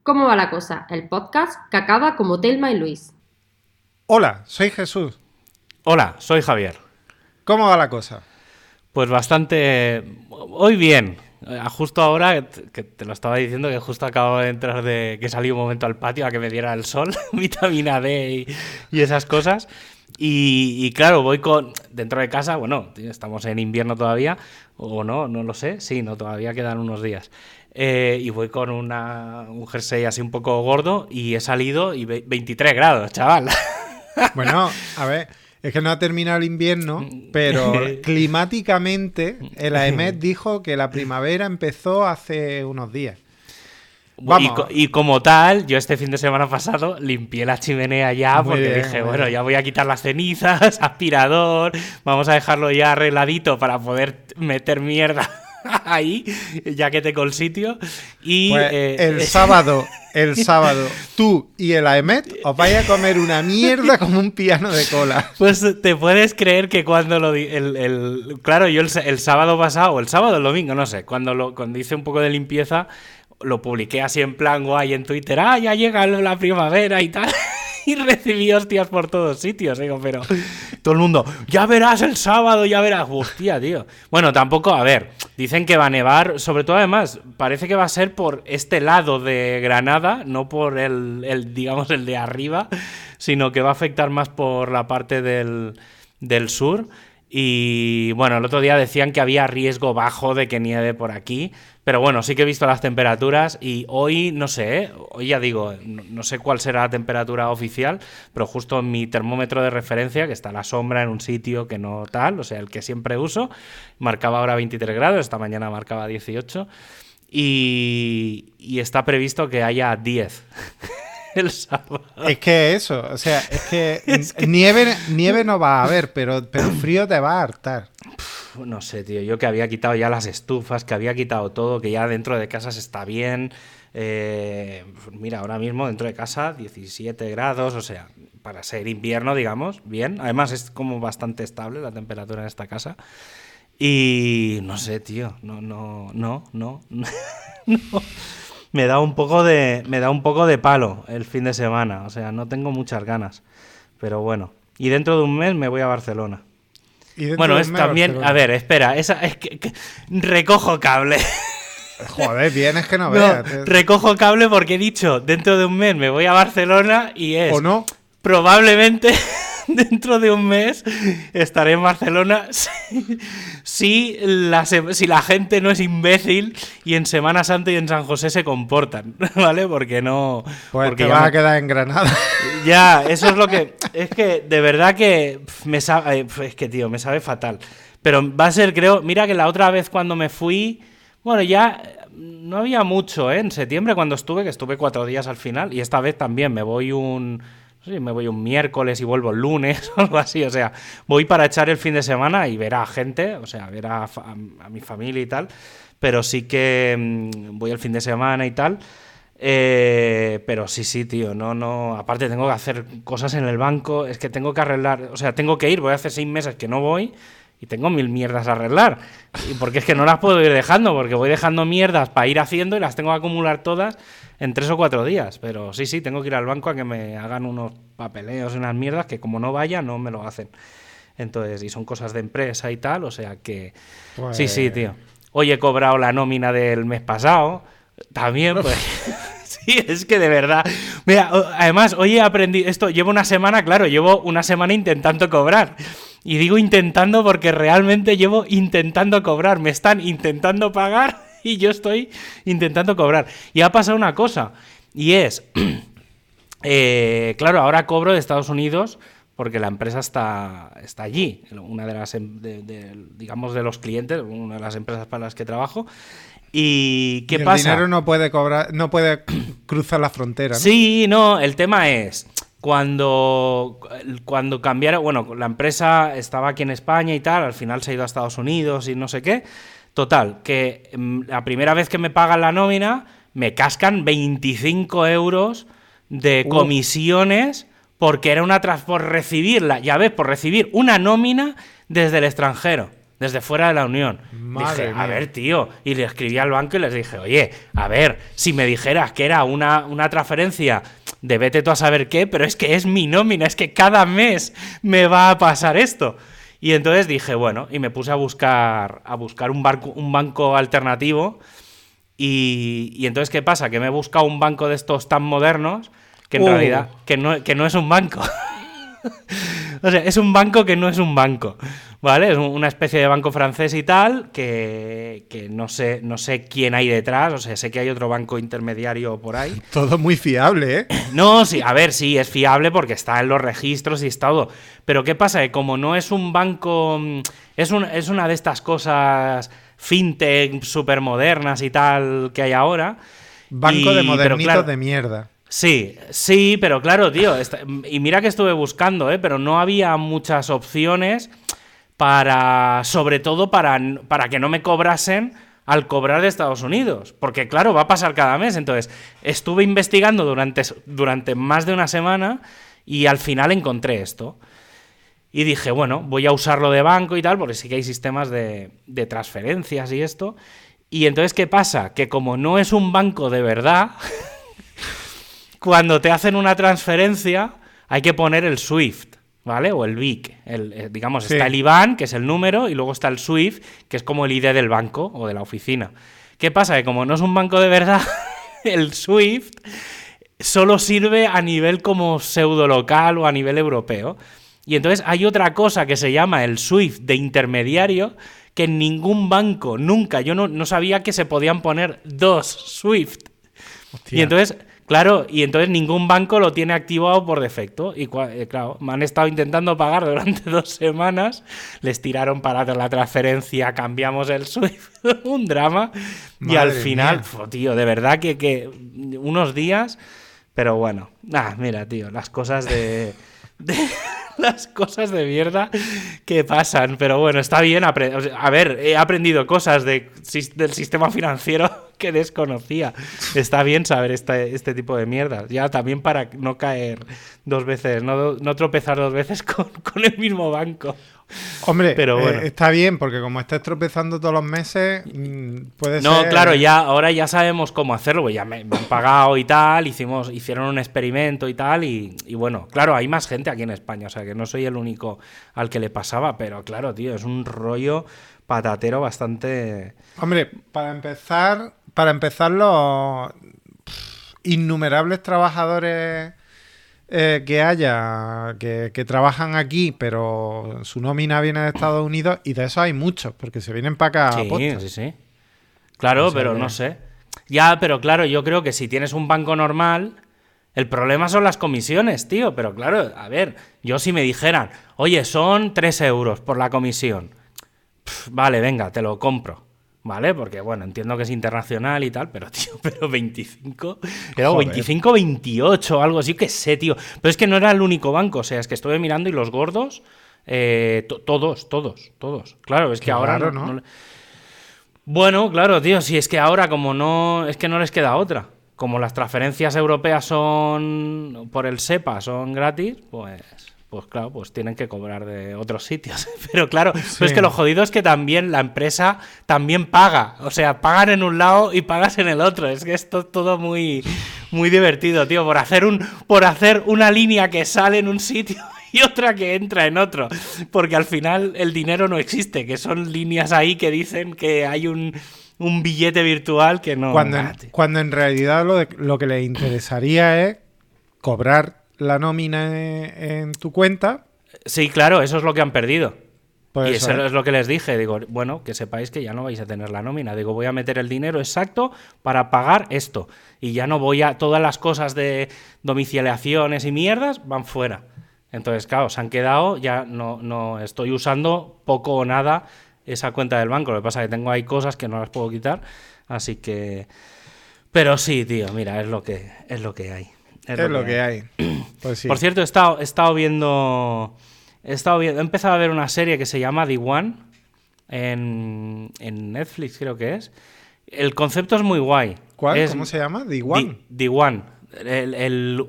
¿Cómo va la cosa? El podcast que acaba como Telma y Luis. Hola, soy Jesús. Hola, soy Javier. ¿Cómo va la cosa? Pues bastante... Hoy bien. Justo ahora, que te lo estaba diciendo, que justo acabo de entrar de... que salí un momento al patio a que me diera el sol, vitamina D y esas cosas. Y claro, voy con... dentro de casa, bueno, estamos en invierno todavía, o no, no lo sé. Sí, no, todavía quedan unos días. Y voy con un jersey así un poco gordo y he salido y 23 grados, chaval. Bueno, a ver, es que no ha terminado el invierno, pero climáticamente el AEMET dijo que la primavera empezó hace unos días. Vamos. Y como tal, yo este fin de semana pasado limpié la chimenea ya Muy porque bien, dije, muy bueno, bien. ya voy a quitar las cenizas, aspirador, vamos a dejarlo ya arregladito para poder meter mierda ahí, ya que tengo el sitio. Y Pues el sábado, tú y el AEMET os vais a comer una mierda como un piano de cola. pues te puedes creer que cuando claro, yo el sábado pasado, o el sábado o el domingo, no sé, cuando hice un poco de limpieza, lo publiqué así en plan guay en Twitter, ya llega la primavera y tal. Y recibí hostias por todos sitios, digo, pero todo el mundo, ya verás el sábado, ya verás. Hostia, tío. Bueno, tampoco, a ver, dicen que va a nevar, sobre todo además, parece que va a ser por este lado de Granada, no por digamos, el de arriba, sino que va a afectar más por la parte del sur. Y bueno, el otro día decían que había riesgo bajo de que nieve por aquí. Pero bueno, sí que he visto las temperaturas y hoy, no sé, hoy ya digo, no sé cuál será la temperatura oficial, pero justo en mi termómetro de referencia, que está a la sombra en un sitio que no tal, o sea, el que siempre uso, marcaba ahora 23 grados, esta mañana marcaba 18 y está previsto que haya 10 el sábado. Es que eso, o sea, es que nieve no va a haber, pero frío te va a hartar. No sé, tío, yo que había quitado ya las estufas, que había quitado todo, que ya dentro de casa se está bien. Mira, ahora mismo dentro de casa 17 grados, o sea, para ser invierno, digamos, bien. Además es como bastante estable la temperatura en esta casa. Y no sé, tío, no. Me da un poco de palo el fin de semana, o sea, no tengo muchas ganas. Pero bueno, y dentro de un mes me voy a Barcelona. Y dentro Bueno, de es un mes también, Barcelona. a ver, espera, es que recojo cable. Joder, bien, es que no No, veas. recojo cable porque he dicho, dentro de un mes me voy a Barcelona y es ¿O no? probablemente dentro de un mes estaré en Barcelona si la gente no es imbécil y en Semana Santa y en San José se comportan, ¿vale? Porque no... Pues porque te ya vas me- a quedar en Granada. Ya, eso es lo que... Es que de verdad que me sabe... Es que, tío, me sabe fatal. Pero va a ser, creo... Mira que la otra vez cuando me fui... Bueno, ya no había mucho, ¿eh? En septiembre cuando estuve, que estuve 4 días al final. Y esta vez también me voy no sé, me voy un miércoles y vuelvo el lunes o algo así. O sea, voy para echar el fin de semana y ver a gente, o sea, ver a mi familia y tal. Pero sí que voy el fin de semana y tal. Pero sí, tío, no. Aparte tengo que hacer cosas en el banco, es que tengo que arreglar, o sea, tengo que ir, voy a hacer 6 meses que no voy y tengo 1000 mierdas a arreglar. Y porque es que no las puedo ir dejando, porque voy dejando mierdas para ir haciendo y las tengo que acumular todas en 3 o 4 días. Pero sí, tengo que ir al banco a que me hagan unos papeleos y unas mierdas que como no vaya, no me lo hacen. Entonces, y son cosas de empresa y tal, o sea que... Pues... Sí, tío. Hoy he cobrado la nómina del mes pasado. También, pues. Sí, es que de verdad. Mira, además, hoy he aprendido. Esto llevo una semana, claro, llevo una semana intentando cobrar. Y digo intentando porque realmente llevo intentando cobrar. Me están intentando pagar y yo estoy intentando cobrar. Y ha pasado una cosa. Y es. Claro, ahora cobro de Estados Unidos porque la empresa está allí. Una de las, digamos, de los clientes, una de las empresas para las que trabajo. ¿Y qué Y el pasa? dinero no puede cobrar, no puede cruzar la frontera, ¿no? Sí, no, el tema es cuando cambiaron, bueno, la empresa estaba aquí en España y tal, al final se ha ido a Estados Unidos y no sé qué. Total, que la primera vez que me pagan la nómina me cascan 25 euros de comisiones porque era por recibirla, ya ves, por recibir una nómina desde el extranjero. desde fuera de la Unión. Madre Dije, mía. a ver, tío, y le escribí al banco y les dije, oye, a ver, si me dijeras que era una transferencia de vete tú a saber qué, pero es que es mi nómina, es que cada mes me va a pasar esto. Y entonces dije, bueno, y me puse a buscar un banco alternativo. Y entonces, ¿qué pasa? Que me he buscado un banco de estos tan modernos que en realidad que no es un banco. O sea, es un banco que no es un banco, ¿vale? Es una especie de banco francés y tal, que no sé quién hay detrás, o sea, sé que hay otro banco intermediario por ahí. Todo muy fiable, ¿eh? No, sí, a ver, sí, es fiable porque está en los registros y es todo. Pero ¿qué pasa? Que como no es un banco, es una de estas cosas fintech súper modernas y tal que hay ahora. Banco de modernitos, pero claro, de mierda. Sí, pero claro, tío, y mira que estuve buscando, pero no había muchas opciones sobre todo para que no me cobrasen al cobrar de Estados Unidos, porque claro, va a pasar cada mes. Entonces, estuve investigando durante más de una semana y al final encontré esto. Y dije, bueno, voy a usarlo de banco y tal, porque sí que hay sistemas de transferencias y esto. Y entonces, ¿qué pasa? Que como no es un banco de verdad... Cuando te hacen una transferencia hay que poner el SWIFT, ¿vale? O el BIC. Digamos, Sí. Está el IBAN, que es el número, y luego está el SWIFT, que es como el ID del banco o de la oficina. ¿Qué pasa? Que como no es un banco de verdad, el SWIFT solo sirve a nivel como pseudo local o a nivel europeo. Y entonces hay otra cosa que se llama el SWIFT de intermediario, que en ningún banco, nunca, yo no sabía que se podían poner dos SWIFT. Hostia. Y entonces... Claro, y entonces ningún banco lo tiene activado por defecto. Y claro, me han estado intentando pagar durante 2 semanas, les tiraron para la transferencia, cambiamos el SWIFT, un drama. Y al Madre final, mía. tío, de verdad que unos días, pero bueno, mira, tío, las cosas las cosas de mierda que pasan. Pero bueno, está bien. A ver, he aprendido cosas del sistema financiero que desconocía. Está bien saber este tipo de mierdas. Ya también para no caer 2 veces, no tropezar 2 veces con el mismo banco. Hombre, Pero bueno. está bien, porque como estés tropezando todos los meses, puede ser... No, claro, ahora ya sabemos cómo hacerlo, pues ya me han pagado y tal, hicieron un experimento y tal, y bueno, claro, hay más gente aquí en España, o sea que no soy el único al que le pasaba, pero claro, tío, es un rollo patatero bastante... Hombre, para empezar los innumerables trabajadores que haya que trabajan aquí, pero su nómina viene de Estados Unidos, y de eso hay muchos, porque se vienen para acá a posta. Sí. Claro, O sea pero que- no sé. Ya, pero claro, yo creo que si tienes un banco normal, el problema son las comisiones, tío. Pero claro, a ver, yo si me dijeran, oye, son 3 euros por la comisión, vale, venga, te lo compro. ¿Vale? Porque, bueno, entiendo que es internacional y tal, pero, tío, 25... Era Joder. 25, 28, algo así, que sé, tío. Pero es que no era el único banco, o sea, es que estuve mirando y los gordos, todos. Claro, es que Qué ahora raro, ¿no? Bueno, claro, tío, si es que ahora como no... Es que no les queda otra. Como las transferencias europeas son por el SEPA, son gratis, pues claro, pues tienen que cobrar de otros sitios. Pero claro, pero es que lo jodido es que también la empresa también paga. O sea, pagan en un lado y pagas en el otro. Es que esto es todo muy, muy divertido, tío. Por hacer una línea que sale en un sitio y otra que entra en otro. Porque al final el dinero no existe, que son líneas ahí que dicen que hay un billete virtual que no... Cuando en realidad lo que les interesaría es cobrar la nómina en tu cuenta. Sí, claro, eso es lo que han perdido. Pues y eso eso es lo que les dije. Digo, bueno, que sepáis que ya no vais a tener la nómina. Digo, voy a meter el dinero exacto para pagar esto. Y ya no voy a... Todas las cosas de domiciliaciones y mierdas van fuera. Entonces, claro, se han quedado... Ya no estoy usando poco o nada esa cuenta del banco. Lo que pasa es que tengo ahí cosas que no las puedo quitar. Así que... Pero sí, tío, mira, es lo que hay. Es lo que hay. Pues sí. Por cierto, he estado viendo... He empezado a ver una serie que se llama The One en Netflix, creo que es. El concepto es muy guay. ¿Cuál? ¿Cómo se llama? The One. The One. El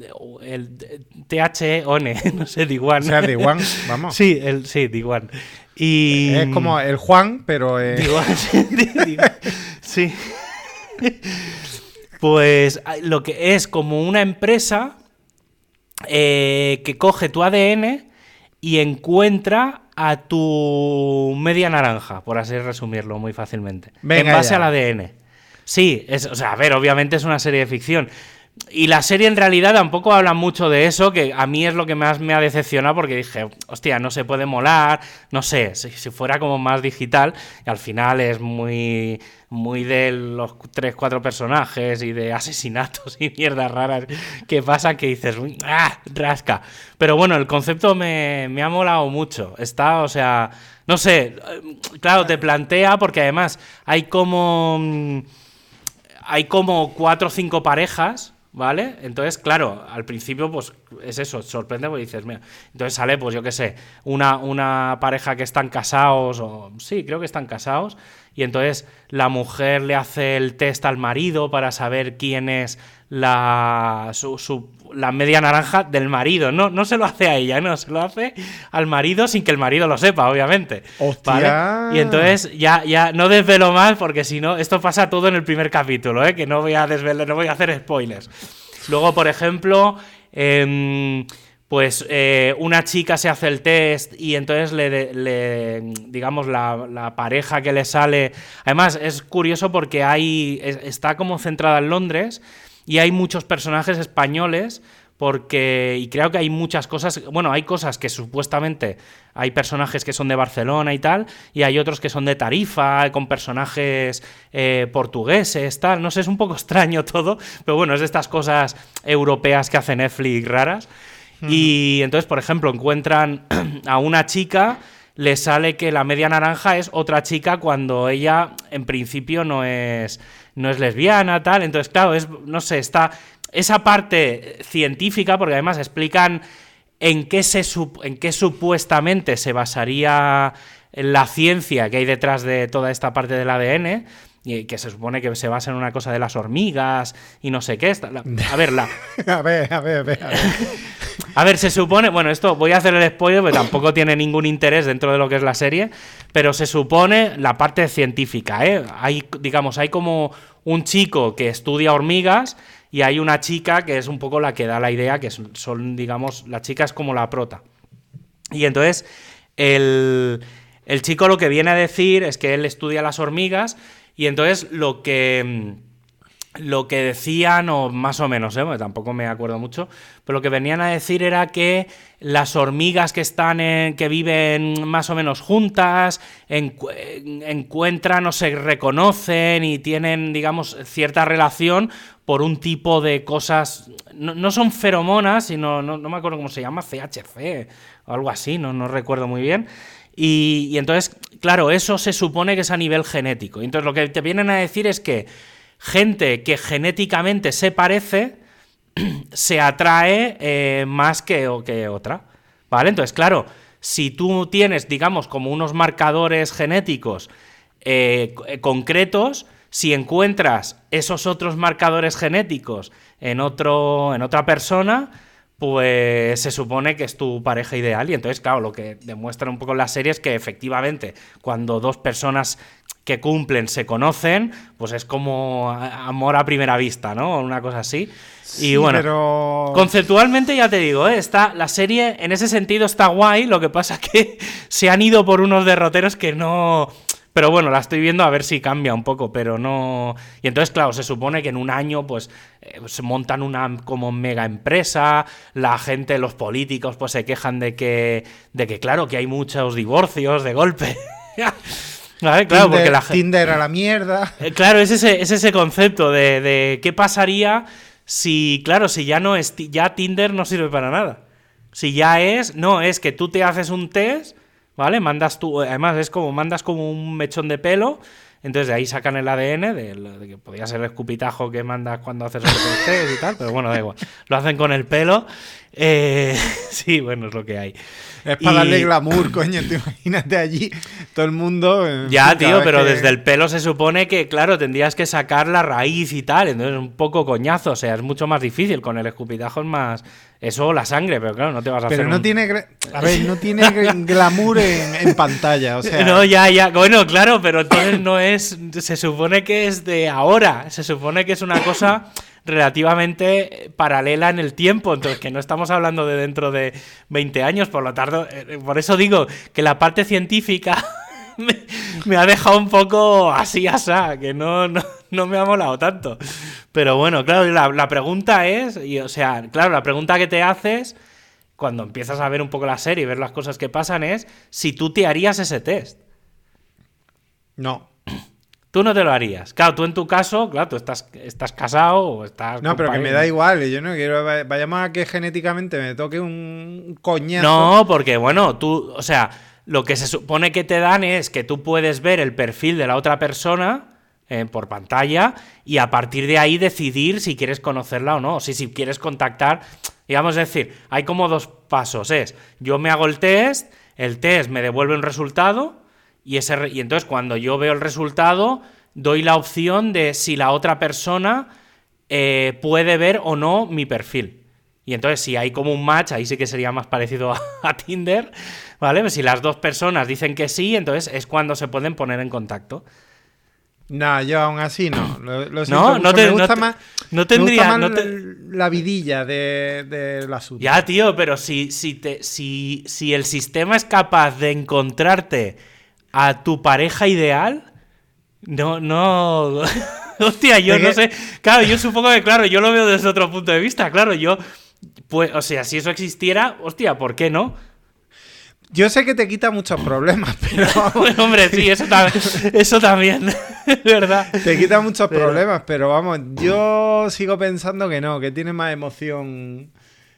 THE-ONE, no sé, The One. O sea, The One, vamos. Sí, The One. Y... Es como el Juan, pero... Sí. Pues lo que es como una empresa que coge tu ADN y encuentra a tu media naranja, por así resumirlo muy fácilmente. Venga en base ya. al ADN. Sí, o sea, a ver, obviamente es una serie de ficción. Y la serie en realidad tampoco habla mucho de eso, que a mí es lo que más me ha decepcionado porque dije, hostia, no se puede molar, no sé, si fuera como más digital, y al final es muy de los 3-4 personajes y de asesinatos y mierdas raras que pasan que dices, rasca. Pero bueno, el concepto me ha molado mucho. Está, o sea, no sé, claro, te plantea porque además hay como 4 o 5 parejas, ¿vale? Entonces, claro, al principio, pues, es eso, sorprende porque dices, mira, entonces sale, pues, yo qué sé, una pareja que están casados, o sí, creo que están casados, y entonces la mujer le hace el test al marido para saber quién es la media naranja del marido. No se lo hace a ella, no, se lo hace al marido sin que el marido lo sepa, obviamente. ¡Hostia! ¿Vale? Y entonces ya no desvelo más porque si no, esto pasa todo en el primer capítulo, que no voy a desvelar, no voy a hacer spoilers. Luego, por ejemplo, pues una chica se hace el test y entonces digamos la pareja que le sale, además es curioso porque está como centrada en Londres y hay muchos personajes españoles y creo que hay muchas cosas, bueno, hay cosas que supuestamente hay personajes que son de Barcelona y tal, y hay otros que son de Tarifa, con personajes portugueses, tal, no sé, es un poco extraño todo, pero bueno, es de estas cosas europeas que hace Netflix raras. Y entonces, por ejemplo, encuentran a una chica, le sale que la media naranja es otra chica cuando ella, en principio, no es lesbiana, tal. Entonces, claro, no sé, está esa parte científica, porque además explican en qué supuestamente se basaría la ciencia que hay detrás de toda esta parte del ADN, y que se supone que se basa en una cosa de las hormigas y no sé qué. A ver. A ver, se supone... Bueno, esto voy a hacer el spoiler porque tampoco tiene ningún interés dentro de lo que es la serie, pero se supone la parte científica, Hay como un chico que estudia hormigas y hay una chica que es un poco la que da la idea, que son digamos, la chica es como la prota. Y entonces el chico lo que viene a decir es que él estudia las hormigas y entonces lo que decían, o más o menos, porque tampoco me acuerdo mucho, pero lo que venían a decir era que las hormigas que viven más o menos juntas, encuentran o se reconocen y tienen, digamos, cierta relación por un tipo de cosas, no son feromonas, sino, no me acuerdo cómo se llama, CHC o algo así, no recuerdo muy bien. Y entonces, claro, eso se supone que es a nivel genético. Entonces lo que te vienen a decir es que gente que genéticamente se parece se atrae más que otra, ¿vale? Entonces, claro, si tú tienes, digamos, como unos marcadores genéticos concretos, si encuentras esos otros marcadores genéticos en otra persona, pues se supone que es tu pareja ideal. Y entonces, claro, lo que demuestra un poco la serie es que efectivamente cuando dos personas que cumplen se conocen, pues es como amor a primera vista, ¿no? Una cosa así. Sí, y bueno, pero... conceptualmente ya te digo, la serie en ese sentido está guay, lo que pasa que se han ido por unos derroteros que no... Pero bueno, la estoy viendo a ver si cambia un poco, pero no... Y entonces, claro, se supone que en un año, pues, se montan una como mega empresa, la gente, los políticos, pues se quejan de que claro, que hay muchos divorcios de golpe. ¿Vale? Claro, porque Tinder a la mierda. Claro, es ese concepto de qué pasaría si, claro, si ya no es... Ya Tinder no sirve para nada. Si ya es que tú te haces un test... ¿Vale? Además es como mandas como un mechón de pelo, Entonces de ahí sacan el ADN, de que podía ser el escupitajo que mandas cuando haces el test y tal, pero bueno, da igual. Lo hacen con el pelo. Sí, bueno, es lo que hay. Es para darle glamour, coño. Te imagínate allí, todo el mundo... Ya, tío, pero desde el pelo se supone que, claro, tendrías que sacar la raíz y tal, entonces es un poco coñazo, o sea, es mucho más difícil. Con el escupitajo es más... Eso, la sangre, pero claro, no te vas a hacer... Pero no tiene... A ver, no tiene glamour en pantalla, o sea... No, ya, bueno, claro, pero entonces no es... Se supone que es de ahora, se supone que es una cosa relativamente paralela en el tiempo, entonces que no estamos hablando de dentro de 20 años, por lo tanto, por eso digo que la parte científica me ha dejado un poco así, que no me ha molado tanto. Pero bueno, claro, la pregunta es, o sea, claro, la pregunta que te haces cuando empiezas a ver un poco la serie y ver las cosas que pasan es si tú te harías ese test. No. Tú no te lo harías. Claro, tú en tu caso, claro, tú estás casado o estás... No, pero que me da igual. Yo no quiero... Vayamos a que genéticamente me toque un coñazo. No, porque bueno, tú... O sea, lo que se supone que te dan es que tú puedes ver el perfil de la otra persona por pantalla y a partir de ahí decidir si quieres conocerla o no. O si quieres contactar... Digamos, es decir, hay como dos pasos. Yo me hago el test me devuelve un resultado... Y entonces cuando yo veo el resultado, doy la opción de si la otra persona puede ver o no mi perfil. Y entonces si hay como un match, ahí sí que sería más parecido a Tinder, ¿vale? Pues si las dos personas dicen que sí, entonces es cuando se pueden poner en contacto. No, yo aún así no. Lo siento, me gusta más, no tendría, me gusta más la vidilla del asunto. Ya, tío, pero si el sistema es capaz de encontrarte a tu pareja ideal, no... Hostia, yo no sé... Claro, yo supongo que, claro, yo lo veo desde otro punto de vista. Claro, pues, o sea, si eso existiera, hostia, ¿por qué no? Yo sé que te quita muchos problemas, pero... Bueno, hombre, sí, eso también, es verdad. Te quita muchos problemas, pero vamos, yo sigo pensando que no, que tiene más emoción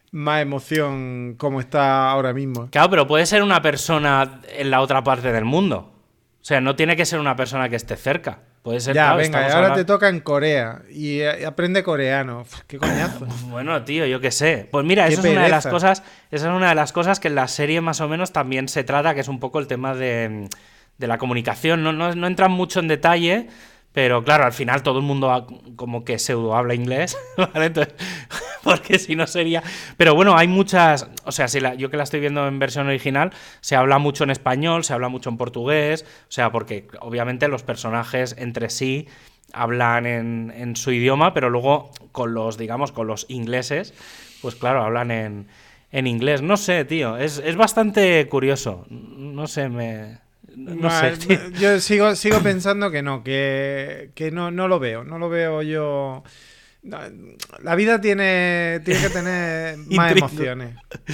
como está ahora mismo. Claro, pero puede ser una persona en la otra parte del mundo. O sea, no tiene que ser una persona que esté cerca. Puede ser... Ya, claro, venga, y ahora te toca en Corea y aprende coreano. Qué coñazo. Bueno, tío, yo qué sé. Pues mira, esa es una de las cosas que en la serie más o menos también se trata, que es un poco el tema de la comunicación. No entran mucho en detalle, pero claro, al final todo el mundo como que pseudo habla inglés, ¿vale? Entonces, porque si no sería... Pero bueno, hay muchas... O sea, yo que la estoy viendo en versión original, se habla mucho en español, se habla mucho en portugués, o sea, porque obviamente los personajes entre sí hablan en su idioma, pero luego con los ingleses, pues claro, hablan en inglés. No sé, tío, es bastante curioso. No sé, No sé, tío. Yo sigo pensando que no lo veo. No lo veo yo... La vida tiene que tener más emociones.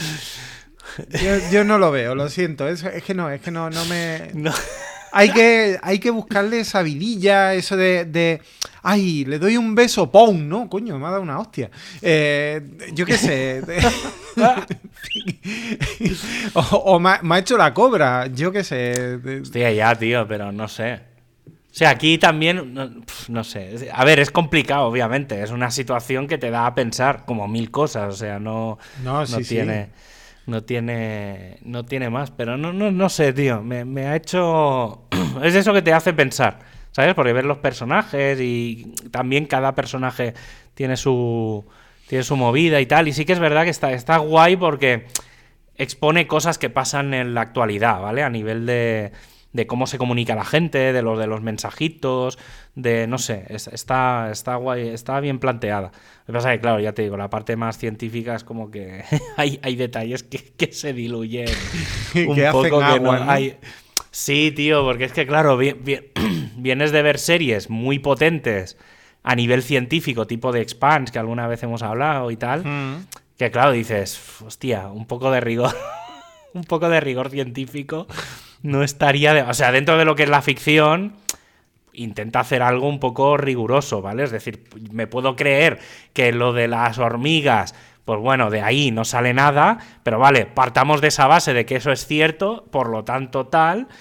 Yo no lo veo, lo siento. Es que no me... No. Hay que buscarle esa vidilla, eso de ay, le doy un beso, ¡pum! No, coño, me ha dado una hostia. Yo qué sé. o me ha hecho la cobra, yo qué sé. Hostia, ya, tío, pero no sé. O sea, aquí también, no sé. A ver, es complicado, obviamente. Es una situación que te da a pensar como mil cosas. O sea, no tiene más. Pero no sé, tío. Me ha hecho... Es eso que te hace pensar, ¿sabes? Porque ver los personajes y también cada personaje tiene su movida y tal. Y sí que es verdad que está guay porque expone cosas que pasan en la actualidad, ¿vale? A nivel de cómo se comunica la gente, de los mensajitos, no sé, está guay, está bien planteada. Lo que pasa es que, claro, ya te digo, la parte más científica es como que hay detalles que se diluyen un que poco. Hacen agua, ¿no? Sí, tío, porque es que, claro, vienes de ver series muy potentes a nivel científico, tipo de Expanse, que alguna vez hemos hablado y tal, que, claro, dices, hostia, un poco de rigor, un poco de rigor científico no estaría... O sea, dentro de lo que es la ficción, intenta hacer algo un poco riguroso, ¿vale? Es decir, me puedo creer que lo de las hormigas, pues bueno, de ahí no sale nada, pero vale, partamos de esa base de que eso es cierto, por lo tanto tal,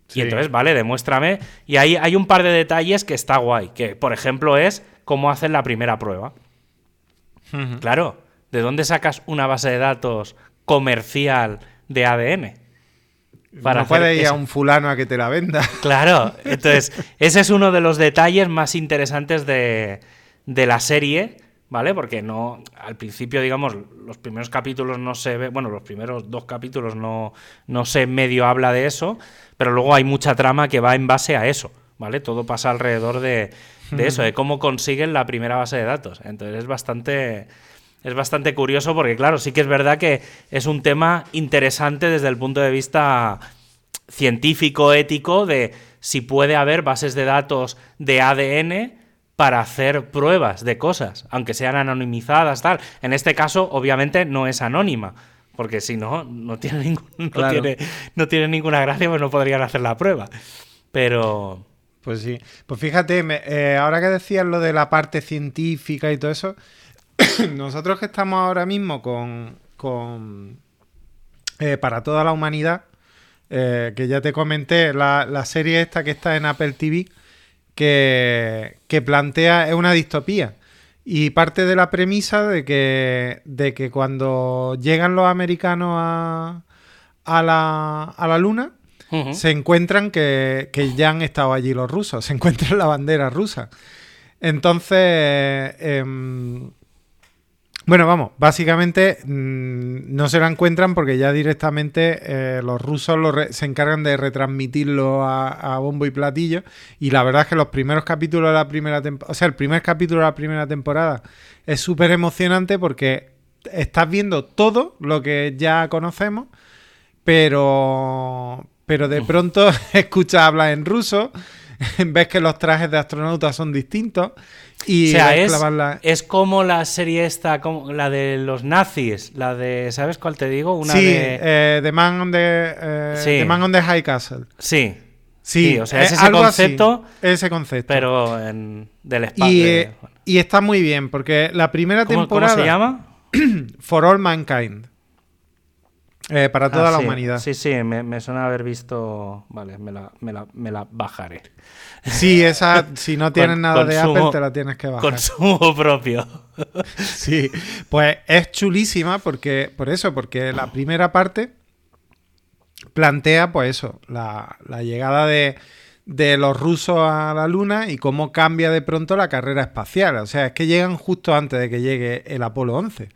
Y entonces, vale, demuéstrame. Y ahí hay un par de detalles que está guay. Que, por ejemplo, es cómo hacen la primera prueba. Claro, ¿de dónde sacas una base de datos comercial de ADN? No puedes ir a un fulano a que te la venda. Claro, entonces, ese es uno de los detalles más interesantes de la serie, ¿vale? Porque no, al principio, digamos, los primeros capítulos no se ve, bueno, los primeros 2 capítulos no se medio habla de eso, pero luego hay mucha trama que va en base a eso, ¿vale? Todo pasa alrededor de eso, de cómo consiguen la primera base de datos. Entonces es bastante curioso porque, claro, sí que es verdad que es un tema interesante desde el punto de vista científico, ético, de si puede haber bases de datos de ADN para hacer pruebas de cosas, aunque sean anonimizadas, tal. En este caso, obviamente, no es anónima, porque si no, no tiene ninguna gracia, pues no podrían hacer la prueba. Pero... Pues sí. Pues fíjate, ahora que decías lo de la parte científica y todo eso, nosotros que estamos ahora mismo con Para toda la humanidad, que ya te comenté, la serie esta que está en Apple TV, que plantea, es una distopía. Y parte de la premisa de que cuando llegan los americanos a la Luna, se encuentran que ya han estado allí los rusos, se encuentran la bandera rusa. Entonces, bueno, vamos, básicamente no se la encuentran porque ya directamente los rusos se encargan de retransmitirlo a bombo y platillo. Y la verdad es que los primeros capítulos de la primera temporada, o sea, el primer capítulo de la primera temporada es súper emocionante porque estás viendo todo lo que ya conocemos, pero de pronto escuchas hablar en ruso, ves que los trajes de astronautas son distintos. Y o sea, es como la serie esta, como la de los nazis, la de, ¿sabes cuál te digo? Una The Man on The Man on the High Castle. Sí, o sea, es ese concepto, así, ese concepto. Pero del espacio. Y está muy bien, porque la primera temporada... ¿Cómo se llama? For All Mankind. Para toda la humanidad. Sí, me suena haber visto... Vale, me la bajaré. Sí, esa, si no tienes nada de Apple, te la tienes que bajar. Consumo propio. Sí, pues es chulísima porque la primera parte plantea, pues eso, la llegada de los rusos a la Luna y cómo cambia de pronto la carrera espacial. O sea, es que llegan justo antes de que llegue el Apolo 11.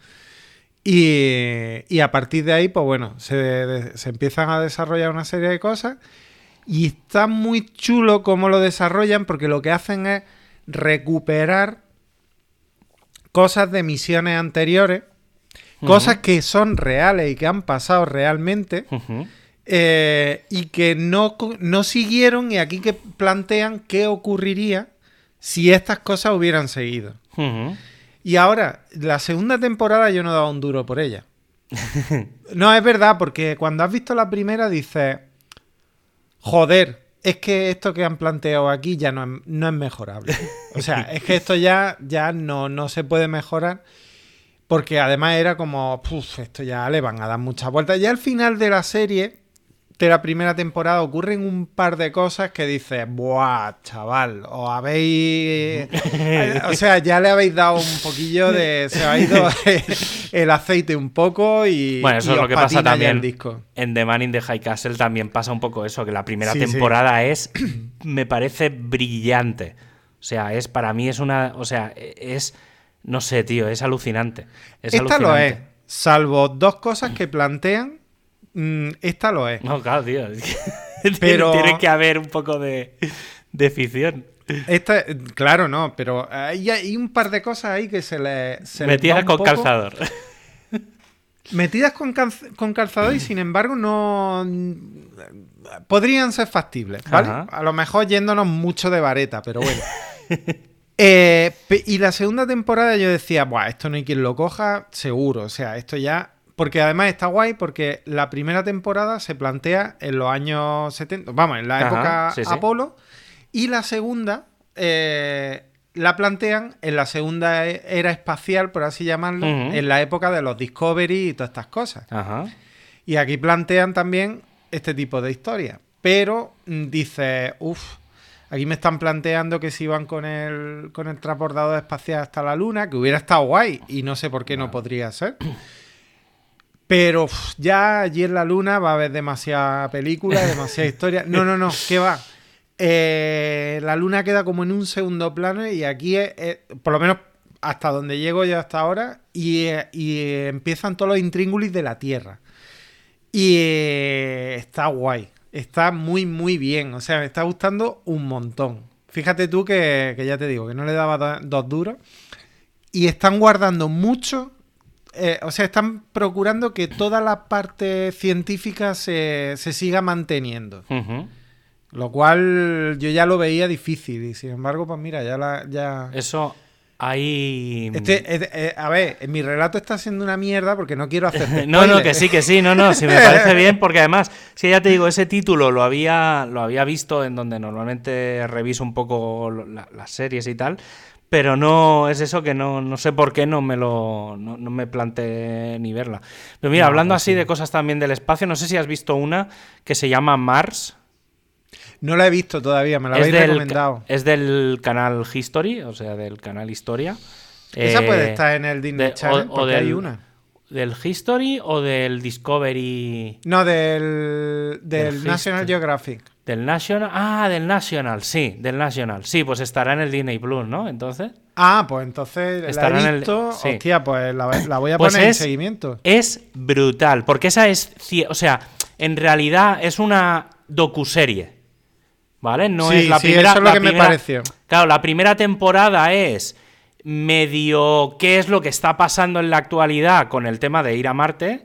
Y a partir de ahí, pues bueno, se empiezan a desarrollar una serie de cosas y está muy chulo cómo lo desarrollan porque lo que hacen es recuperar cosas de misiones anteriores, cosas que son reales y que han pasado realmente y que no siguieron, y aquí que plantean qué ocurriría si estas cosas hubieran seguido. Y ahora, la segunda temporada yo no he dado un duro por ella. No, es verdad, porque cuando has visto la primera dices, joder, es que esto que han planteado aquí ya no es mejorable. O sea, es que esto ya no se puede mejorar, porque además era como, esto ya le van a dar muchas vueltas. Ya al final de la serie, de la primera temporada, ocurren un par de cosas que dices, ¡buah, chaval! Os habéis... O sea, ya le habéis dado un poquillo de... Se ha ido el aceite un poco y... Bueno, eso y es lo que pasa también el disco. En The Man in the High Castle también pasa un poco eso, que la primera temporada es... Me parece brillante. O sea, para mí es una... O sea, es... No sé, tío, es alucinante. Esta lo es. Salvo 2 cosas que plantean, esta lo es. No, claro, tío. Pero tiene que haber un poco de ficción. Esta, claro, no, pero hay un par de cosas ahí que se le metidas con calzador. Metidas con calzador y sin embargo no... Podrían ser factibles, ¿vale? Ajá. A lo mejor yéndonos mucho de vareta, pero bueno. Y la segunda temporada yo decía, buah, esto no hay quien lo coja, seguro. O sea, esto ya... Porque además está guay porque la primera temporada se plantea en los años 70, vamos, en la época Apolo, y la segunda la plantean en la segunda era espacial, por así llamarlo, en la época de los Discovery y todas estas cosas. Y aquí plantean también este tipo de historias. pero dices, aquí me están planteando que si van con el transbordador espacial hasta la Luna, que hubiera estado guay, y no sé por qué no podría ser. Pero ya allí en la Luna va a haber demasiada película, demasiada historia. No, ¿qué va? La Luna queda como en un segundo plano y aquí, por lo menos hasta donde llego yo hasta ahora, y empiezan todos los intríngulis de la Tierra. Y está guay, está muy, muy bien. O sea, me está gustando un montón. Fíjate tú que ya te digo, que no le daba dos duros. Y están guardando mucho... o sea, están procurando que toda la parte científica se siga manteniendo. Uh-huh. Lo cual yo ya lo veía difícil. Y sin embargo, pues mira, ya... Eso hay... a ver, mi relato está siendo una mierda porque no quiero hacer No, que sí, no, si me parece bien, porque además, si ya te digo, ese título lo había visto en donde normalmente reviso un poco las series y tal... Pero no, es eso que no sé por qué no me planteé ni verla. Pero mira, hablando así de cosas también del espacio, no sé si has visto una que se llama Mars. No la he visto todavía, me la habéis recomendado. Es del canal History, o sea, del canal Historia. Esa puede estar en el Disney Channel, porque hay una. ¿Del History o del Discovery? No, del National Geographic. ¿Del National? Del National, sí, del National. Sí, pues estará en el Disney Plus, ¿no? Entonces. Pues entonces la he visto. Sí. Hostia, pues la voy a poner en seguimiento. Es brutal, porque esa es... O sea, en realidad es una docuserie, ¿vale? No es la primera... eso es lo que me pareció. Claro, la primera temporada es medio qué es lo que está pasando en la actualidad con el tema de ir a Marte,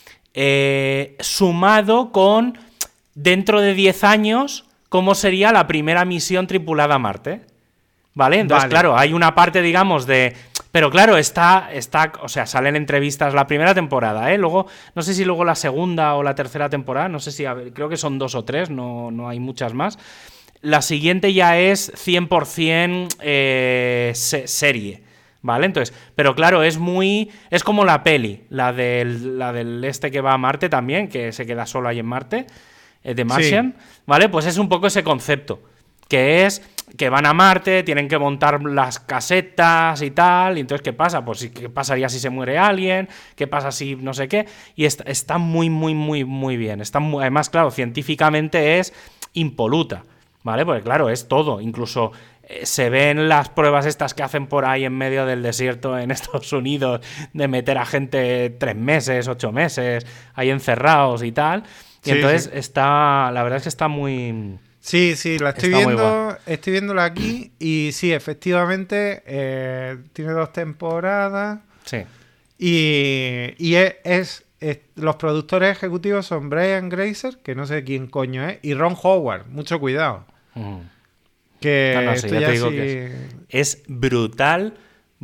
sumado con... Dentro de 10 años, ¿cómo sería la primera misión tripulada a Marte? ¿Vale? Entonces, claro, hay una parte, digamos, de... Pero claro, está... O sea, salen entrevistas la primera temporada, ¿eh? Luego, no sé si luego la segunda o la tercera temporada, no sé si... creo que son 2 o 3, no hay muchas más. La siguiente ya es 100% serie, ¿vale? Entonces, pero claro, es como la peli, la del este que va a Marte también, que se queda solo ahí en Marte... de Martian, sí. ¿Vale? Pues es un poco ese concepto, que es que van a Marte, tienen que montar las casetas y tal, y entonces ¿qué pasa? Pues ¿qué pasaría si se muere alguien? ¿Qué pasa si no sé qué? Y está muy, muy, muy, muy bien. Además, claro, científicamente es impoluta, ¿vale? Porque claro, es todo, incluso... se ven las pruebas estas que hacen por ahí en medio del desierto en Estados Unidos de meter a gente 3 meses, 8 meses ahí encerrados y tal. Y entonces la verdad es que está muy... Sí, la estoy viéndola aquí y sí, efectivamente tiene 2 temporadas. Sí. Y los productores ejecutivos son Brian Grazer, que no sé quién coño es, y Ron Howard, mucho cuidado. Que sí, ya te digo que es brutal.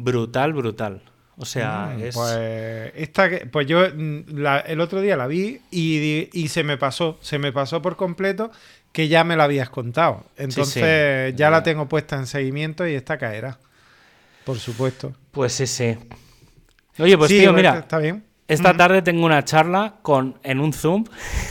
O sea, es... Pues yo el otro día la vi y se me pasó por completo que ya me la habías contado. Entonces ya la tengo puesta en seguimiento y esta caerá. Por supuesto. Pues sí. Oye, pues tío, mira, está bien. Esta tarde tengo una charla en un Zoom.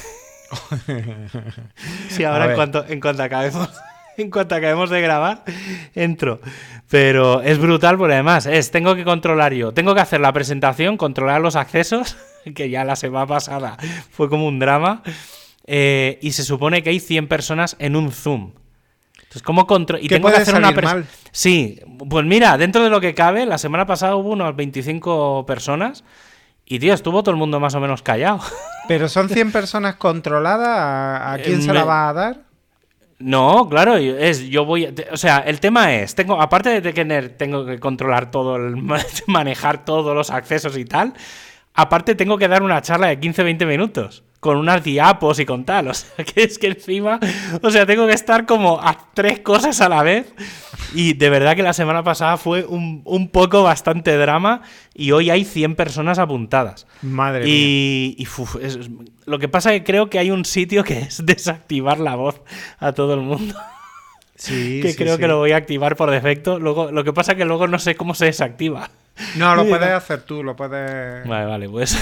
Sí, ahora en cuanto acabemos de grabar, entro. Pero es brutal porque además tengo que controlar tengo que hacer la presentación, controlar los accesos, que ya la semana pasada fue como un drama, y se supone que hay 100 personas en un Zoom. Entonces, ¿cómo controlo? Y ¿Qué tengo puede que hacer salir mal? Sí, pues mira, dentro de lo que cabe, la semana pasada hubo unas 25 personas y, tío, estuvo todo el mundo más o menos callado. ¿Pero son 100 personas controladas? ¿A quién se la va a dar? No, claro, o sea, el tema es, aparte de que tengo que controlar todo, manejar todos los accesos y tal, aparte tengo que dar una charla de 15-20 minutos, con unas diapos y con tal, o sea, que es que encima, o sea, tengo que estar como a 3 cosas a la vez, y de verdad que la semana pasada fue un poco bastante drama, y hoy hay 100 personas apuntadas. Madre mía. Lo que pasa es que creo que hay un sitio que es desactivar la voz a todo el mundo. Sí, creo que lo voy a activar por defecto. Luego, lo que pasa es que luego no sé cómo se desactiva. No, lo puedes hacer tú, lo puedes... Vale, pues...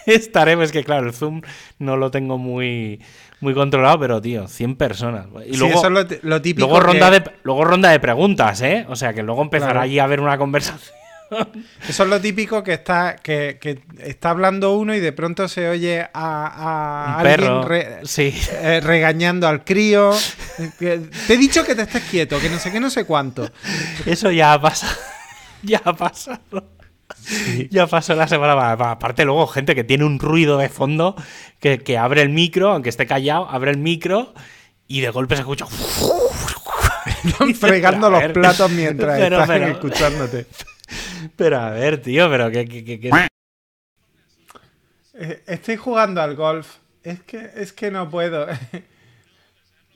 estaré, pues que claro, el Zoom no lo tengo muy, muy controlado, pero tío, 100 personas. Y Sí, luego, eso es lo típico. luego ronda de preguntas, ¿eh? O sea, que luego empezará Claro. allí a haber una conversación. Eso es lo típico que está hablando uno y de pronto se oye a Un alguien perro, sí. regañando al crío. Te he dicho que te estés quieto, que no sé qué, no sé cuánto. Eso ya ha pasado. Ya ha pasado. Sí. Ya pasó la semana pasada. Aparte, luego, gente que tiene un ruido de fondo que abre el micro, aunque esté callado, abre el micro y de golpe se escucha. Fregando los platos mientras Pero- están pero- escuchándote. Pero a ver, tío, pero que... Estoy jugando al golf. Es que no puedo.